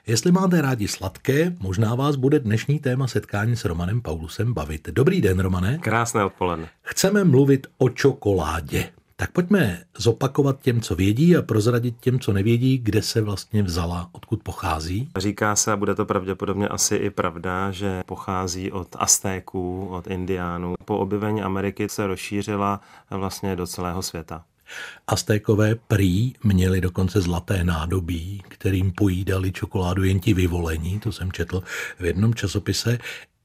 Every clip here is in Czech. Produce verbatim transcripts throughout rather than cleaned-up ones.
Jestli máte rádi sladké, možná vás bude dnešní téma setkání s Romanem Paulusem bavit. Dobrý den, Romane. Krásné odpoledne. Chceme mluvit o čokoládě. Tak pojďme zopakovat těm, co vědí, a prozradit těm, co nevědí, kde se vlastně vzala, odkud pochází. Říká se, a bude to pravděpodobně asi i pravda, že pochází od Aztéků, od Indiánů. Po objevení Ameriky se rozšířila vlastně do celého světa. Aztékové prý měli dokonce zlaté nádobí, kterým pojídali čokoládu jen ti vyvolení, to jsem četl v jednom časopise.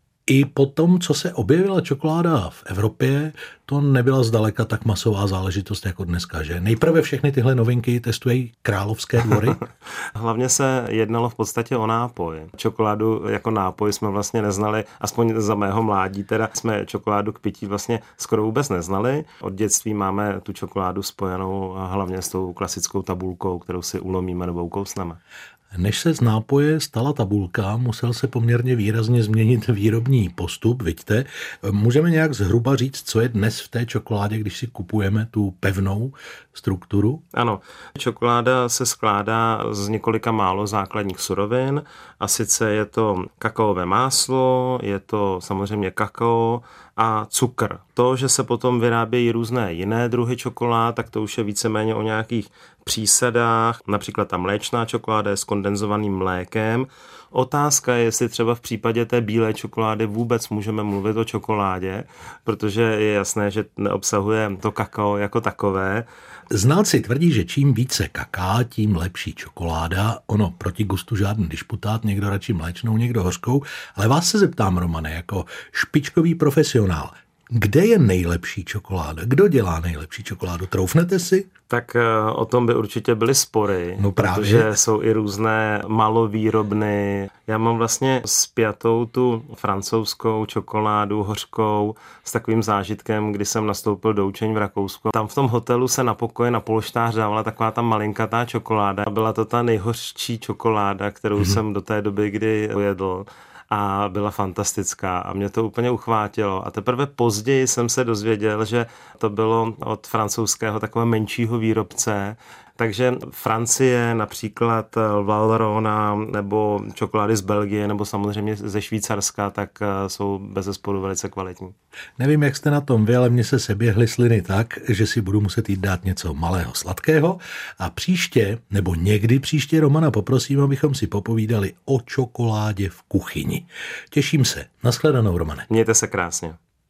I po tom, co se objevila čokoláda v Evropě, to nebyla zdaleka tak masová záležitost jako dneska, že? Nejprve všechny tyhle novinky testují královské dvory. Hlavně se jednalo v podstatě o nápoj. Čokoládu jako nápoj jsme vlastně neznali, aspoň za mého mládí, teda jsme čokoládu k pití vlastně skoro vůbec neznali. Od dětství máme tu čokoládu spojenou hlavně s tou klasickou tabulkou, kterou si ulomíme nebo ukousneme. Než se z nápoje stala tabulka, musel se poměrně výrazně změnit výrobní postup, vidíte. Můžeme nějak zhruba říct, co je dnes v té čokoládě, když si kupujeme tu pevnou strukturu? Ano, čokoláda se skládá z několika málo základních surovin, a sice je to kakaové máslo, je to samozřejmě kakao a cukr. To, že se potom vyrábějí různé jiné druhy čokolád, tak to už je víceméně o nějakých přísadách. Například ta mléčná čokoláda je s kondenzovaným mlékem. Otázka je, jestli třeba v případě té bílé čokolády vůbec můžeme mluvit o čokoládě, protože je jasné, že neobsahuje to kakao jako takové. Znalci tvrdí, že čím více kaká, tím lepší čokoláda. Ono proti gustu žádný disputát, někdo radši mléčnou, někdo hořkou. Ale vás se zeptám, Romane, jako špičkový profesionál, kde je nejlepší čokoláda? Kdo dělá nejlepší čokoládu? Troufnete si? Tak o tom by určitě byly spory, no právě. Protože jsou i různé malovýrobny. Já mám vlastně spjatou tu francouzskou čokoládu hořkou s takovým zážitkem, kdy jsem nastoupil do učení v Rakousku. Tam v tom hotelu se na pokoji na polštář dávala taková ta malinkatá čokoláda. Byla to ta nejhořčí čokoláda, kterou mm-hmm. jsem do té doby, kdy jedl. A byla fantastická a mě to úplně uchvátilo. A teprve později jsem se dozvěděl, že to bylo od francouzského takového menšího výrobce. Takže Francie, například Valrhona nebo čokolády z Belgie nebo samozřejmě ze Švýcarska, tak jsou bezesporu velice kvalitní. Nevím, jak jste na tom vy, ale mně se seběhly sliny tak, že si budu muset jít dát něco malého, sladkého, a příště, nebo někdy příště Romana poprosím, abychom si popovídali o čokoládě v kuchyni. Těším se. Nashledanou, Romane. Mějte se krásně.